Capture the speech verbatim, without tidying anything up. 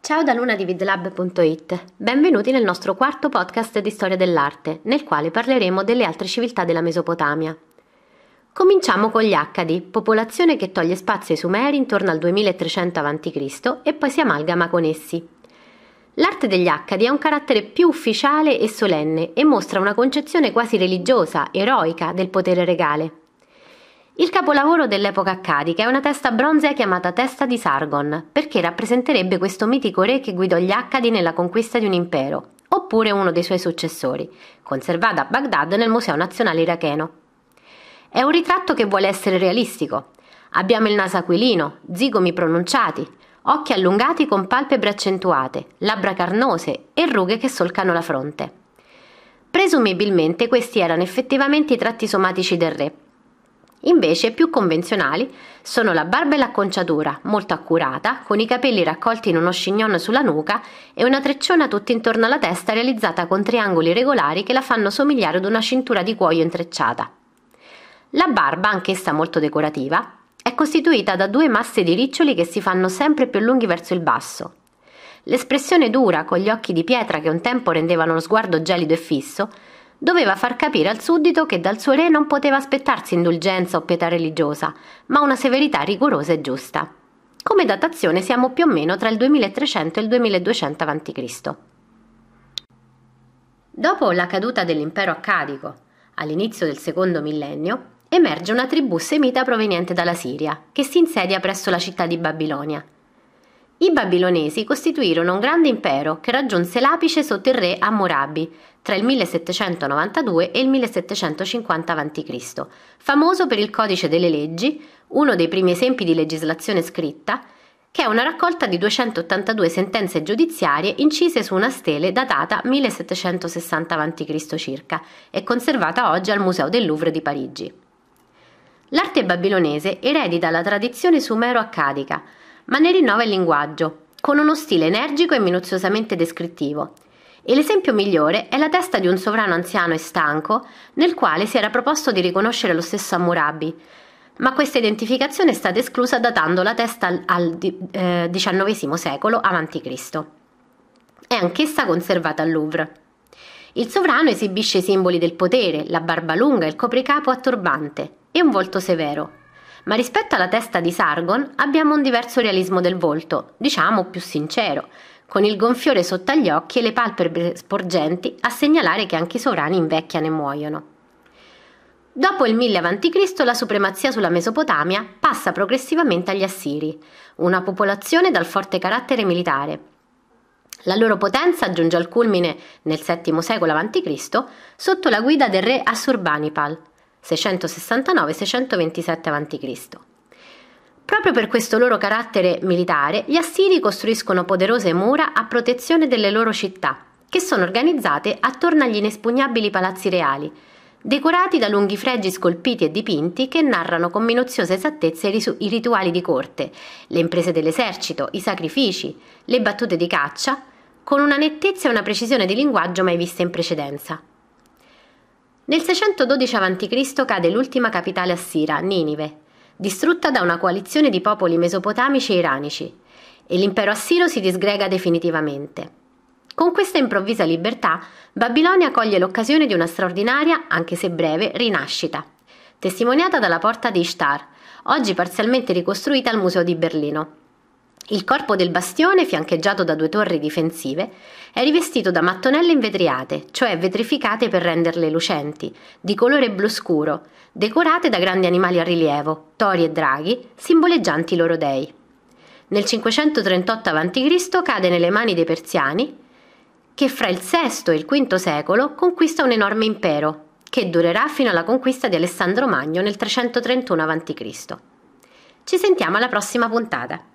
Ciao da luna di vidlab punto it, benvenuti nel nostro quarto podcast di storia dell'arte, nel quale parleremo delle altre civiltà della Mesopotamia. Cominciamo con gli Accadi, popolazione che toglie spazio ai Sumeri intorno al duemilatrecento avanti Cristo e poi si amalgama con essi. L'arte degli Accadi ha un carattere più ufficiale e solenne e mostra una concezione quasi religiosa, eroica del potere regale. Il capolavoro dell'epoca accadica è una testa bronzea chiamata testa di Sargon, perché rappresenterebbe questo mitico re che guidò gli Accadi nella conquista di un impero, oppure uno dei suoi successori, conservata a Baghdad nel Museo Nazionale Iracheno. È un ritratto che vuole essere realistico. Abbiamo il naso aquilino, zigomi pronunciati, occhi allungati con palpebre accentuate, labbra carnose e rughe che solcano la fronte. Presumibilmente questi erano effettivamente i tratti somatici del re. Invece, più convenzionali, sono la barba e l'acconciatura, molto accurata, con i capelli raccolti in uno chignon sulla nuca e una trecciona tutta intorno alla testa realizzata con triangoli regolari che la fanno somigliare ad una cintura di cuoio intrecciata. La barba, anch'essa molto decorativa, è costituita da due masse di riccioli che si fanno sempre più lunghi verso il basso. L'espressione dura, con gli occhi di pietra che un tempo rendevano lo sguardo gelido e fisso, doveva far capire al suddito che dal suo re non poteva aspettarsi indulgenza o pietà religiosa, ma una severità rigorosa e giusta. Come datazione siamo più o meno tra il duemilatrecento e il duemiladuecento avanti Cristo. Dopo la caduta dell'impero accadico, all'inizio del secondo millennio, emerge una tribù semita proveniente dalla Siria, che si insedia presso la città di Babilonia. I babilonesi costituirono un grande impero che raggiunse l'apice sotto il re Hammurabi tra il millesettecentonovantadue e il millesettecentocinquanta avanti Cristo, famoso per il Codice delle Leggi, uno dei primi esempi di legislazione scritta, che è una raccolta di duecentottantadue sentenze giudiziarie incise su una stele datata millesettecentosessanta avanti Cristo circa e conservata oggi al Museo del Louvre di Parigi. L'arte babilonese eredita la tradizione sumero-accadica, ma ne rinnova il linguaggio, con uno stile energico e minuziosamente descrittivo. E l'esempio migliore è la testa di un sovrano anziano e stanco, nel quale si era proposto di riconoscere lo stesso Hammurabi, ma questa identificazione è stata esclusa datando la testa al, al eh, diciannovesimo secolo avanti Cristo. È anch'essa conservata al Louvre. Il sovrano esibisce i simboli del potere, la barba lunga, il copricapo a turbante e un volto severo. Ma rispetto alla testa di Sargon abbiamo un diverso realismo del volto, diciamo più sincero, con il gonfiore sotto agli occhi e le palpebre sporgenti a segnalare che anche i sovrani invecchiano e muoiono. Dopo il mille avanti Cristo la supremazia sulla Mesopotamia passa progressivamente agli Assiri, una popolazione dal forte carattere militare. La loro potenza giunge al culmine nel settimo secolo avanti Cristo sotto la guida del re Assurbanipal, seicentosessantanove seicentoventisette avanti Cristo. Proprio per questo loro carattere militare, gli Assiri costruiscono poderose mura a protezione delle loro città, che sono organizzate attorno agli inespugnabili palazzi reali, decorati da lunghi fregi scolpiti e dipinti che narrano con minuziosa esattezza i, risu- i rituali di corte, le imprese dell'esercito, i sacrifici, le battute di caccia, con una nettezza e una precisione di linguaggio mai viste in precedenza. Nel seicentododici avanti Cristo cade l'ultima capitale assira, Ninive, distrutta da una coalizione di popoli mesopotamici e iranici, e l'impero assiro si disgrega definitivamente. Con questa improvvisa libertà, Babilonia coglie l'occasione di una straordinaria, anche se breve, rinascita, testimoniata dalla porta di Ishtar, oggi parzialmente ricostruita al Museo di Berlino. Il corpo del bastione, fiancheggiato da due torri difensive, è rivestito da mattonelle invetriate, cioè vetrificate per renderle lucenti, di colore blu scuro, decorate da grandi animali a rilievo, tori e draghi, simboleggianti i loro dei. Nel cinquecentotrentotto avanti Cristo cade nelle mani dei persiani, che fra il sesto e il quinto secolo conquista un enorme impero, che durerà fino alla conquista di Alessandro Magno nel trecentotrentuno avanti Cristo. Ci sentiamo alla prossima puntata.